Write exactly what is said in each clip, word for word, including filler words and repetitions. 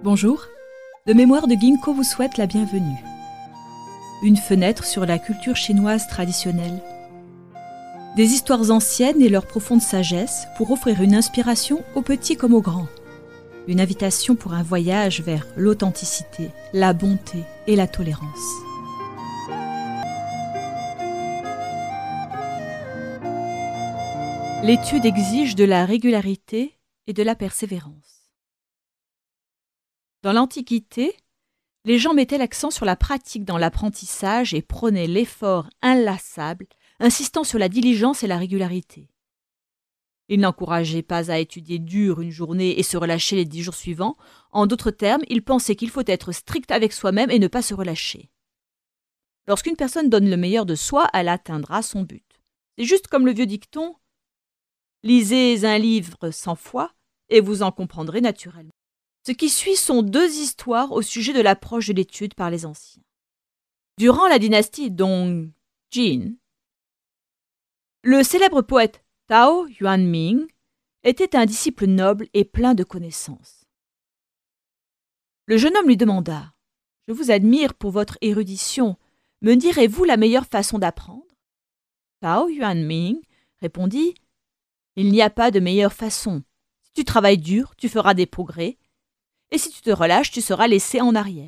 Bonjour, le mémoire de Ginkgo vous souhaite la bienvenue. Une fenêtre sur la culture chinoise traditionnelle. Des histoires anciennes et leur profonde sagesse pour offrir une inspiration aux petits comme aux grands. Une invitation pour un voyage vers l'authenticité, la bonté et la tolérance. L'étude exige de la régularité et de la persévérance. Dans l'Antiquité, les gens mettaient l'accent sur la pratique dans l'apprentissage et prônaient l'effort inlassable, insistant sur la diligence et la régularité. Ils n'encourageaient pas à étudier dur une journée et se relâcher les dix jours suivants. En d'autres termes, ils pensaient qu'il faut être strict avec soi-même et ne pas se relâcher. Lorsqu'une personne donne le meilleur de soi, elle atteindra son but. C'est juste comme le vieux dicton « Lisez un livre cent fois et vous en comprendrez naturellement ». Ce qui suit sont deux histoires au sujet de l'approche de l'étude par les anciens. Durant la dynastie Dong-Jin, le célèbre poète Tao Yuanming était un disciple noble et plein de connaissances. Le jeune homme lui demanda « Je vous admire pour votre érudition. Me direz-vous la meilleure façon d'apprendre ?» Tao Yuanming répondit « Il n'y a pas de meilleure façon. Si tu travailles dur, tu feras des progrès. Et si tu te relâches, tu seras laissé en arrière. »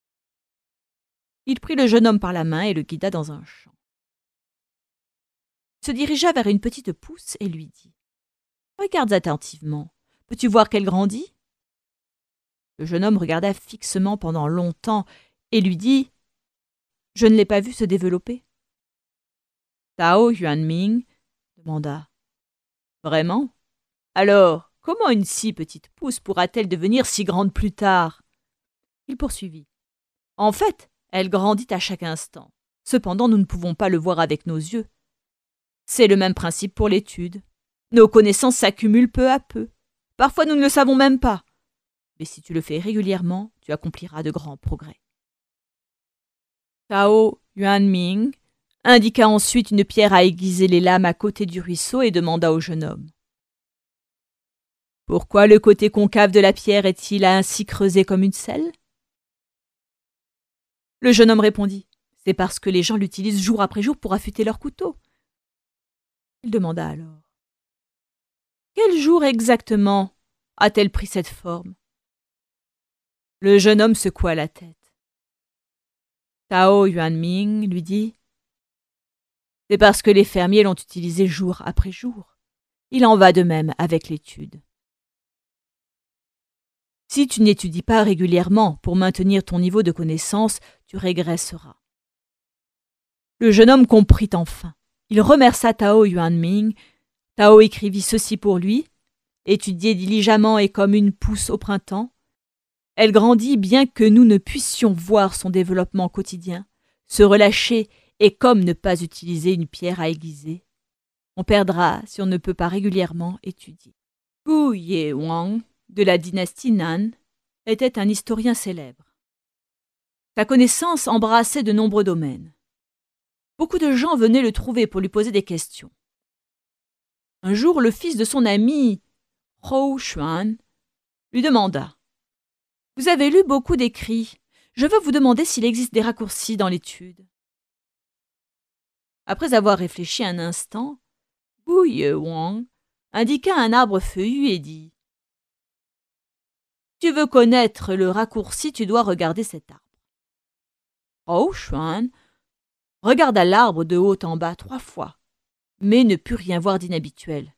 Il prit le jeune homme par la main et le guida dans un champ. Il se dirigea vers une petite pousse et lui dit « Regarde attentivement. Peux-tu voir qu'elle grandit ?» Le jeune homme regarda fixement pendant longtemps et lui dit « Je ne l'ai pas vue se développer. » Tao Yuanming demanda « Vraiment ? Alors, comment une si petite pousse pourra-t-elle devenir si grande plus tard ?» Il poursuivit. « En fait, elle grandit à chaque instant. Cependant, nous ne pouvons pas le voir avec nos yeux. C'est le même principe pour l'étude. Nos connaissances s'accumulent peu à peu. Parfois, nous ne le savons même pas. Mais si tu le fais régulièrement, tu accompliras de grands progrès. » Tao Yuanming indiqua ensuite une pierre à aiguiser les lames à côté du ruisseau et demanda au jeune homme. « Pourquoi le côté concave de la pierre est-il ainsi creusé comme une selle ?» Le jeune homme répondit « C'est parce que les gens l'utilisent jour après jour pour affûter leur couteau. » Il demanda alors « Quel jour exactement a-t-elle pris cette forme ?» Le jeune homme secoua la tête. Tao Yuanming lui dit « C'est parce que les fermiers l'ont utilisée jour après jour. Il en va de même avec l'étude. Si tu n'étudies pas régulièrement pour maintenir ton niveau de connaissance, tu régresseras. » Le jeune homme comprit enfin. Il remercia Tao Yuanming. Tao écrivit ceci pour lui. Étudier diligemment est comme une pousse au printemps. Elle grandit bien que nous ne puissions voir son développement quotidien. Se relâcher est comme ne pas utiliser une pierre à aiguiser. On perdra si on ne peut pas régulièrement étudier. Gu Yewang, de la dynastie Nan, était un historien célèbre. Sa connaissance embrassait de nombreux domaines. Beaucoup de gens venaient le trouver pour lui poser des questions. Un jour, le fils de son ami, Hou Xuan, lui demanda « Vous avez lu beaucoup d'écrits. Je veux vous demander s'il existe des raccourcis dans l'étude. » Après avoir réfléchi un instant, Gu Yewang indiqua un arbre feuillu et dit « Si tu veux connaître le raccourci, tu dois regarder cet arbre. » Hou Xuan regarda l'arbre de haut en bas trois fois, mais ne put rien voir d'inhabituel.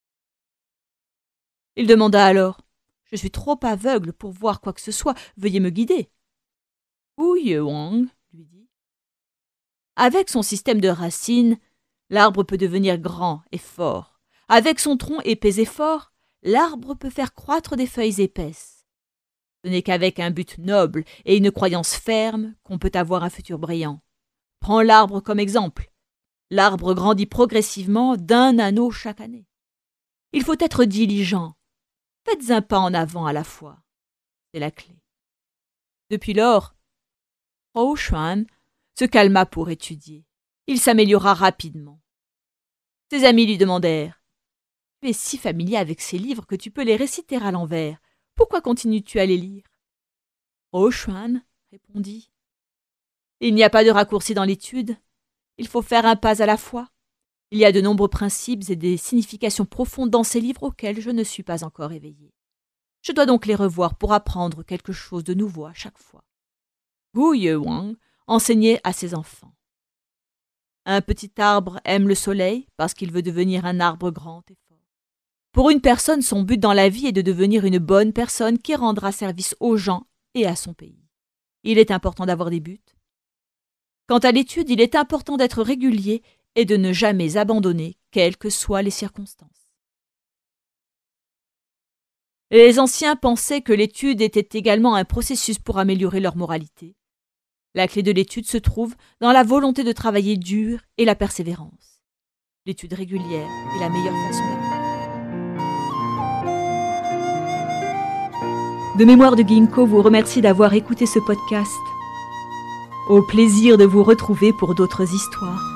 Il demanda alors « Je suis trop aveugle pour voir quoi que ce soit, veuillez me guider. » Gu Yewang lui dit « Avec son système de racines, l'arbre peut devenir grand et fort. Avec son tronc épais et fort, l'arbre peut faire croître des feuilles épaisses. Ce n'est qu'avec un but noble et une croyance ferme qu'on peut avoir un futur brillant. Prends l'arbre comme exemple. L'arbre grandit progressivement d'un anneau chaque année. Il faut être diligent. Faites un pas en avant à la fois. C'est la clé. » Depuis lors, Hou Xuan se calma pour étudier. Il s'améliora rapidement. Ses amis lui demandèrent « Tu es si familier avec ces livres que tu peux les réciter à l'envers. Pourquoi continues-tu à les lire ?» Oh, Xuan, répondit. Il n'y a pas de raccourci dans l'étude. Il faut faire un pas à la fois. Il y a de nombreux principes et des significations profondes dans ces livres auxquels je ne suis pas encore éveillé. Je dois donc les revoir pour apprendre quelque chose de nouveau à chaque fois. Gu Yewang enseignait à ses enfants. Un petit arbre aime le soleil parce qu'il veut devenir un arbre grand et fort. Pour une personne, son but dans la vie est de devenir une bonne personne qui rendra service aux gens et à son pays. Il est important d'avoir des buts. Quant à l'étude, il est important d'être régulier et de ne jamais abandonner, quelles que soient les circonstances. Les anciens pensaient que l'étude était également un processus pour améliorer leur moralité. La clé de l'étude se trouve dans la volonté de travailler dur et la persévérance. L'étude régulière est la meilleure façon d'apprendre. De Mémoire de Ginkgo vous remercie d'avoir écouté ce podcast. Au plaisir de vous retrouver pour d'autres histoires.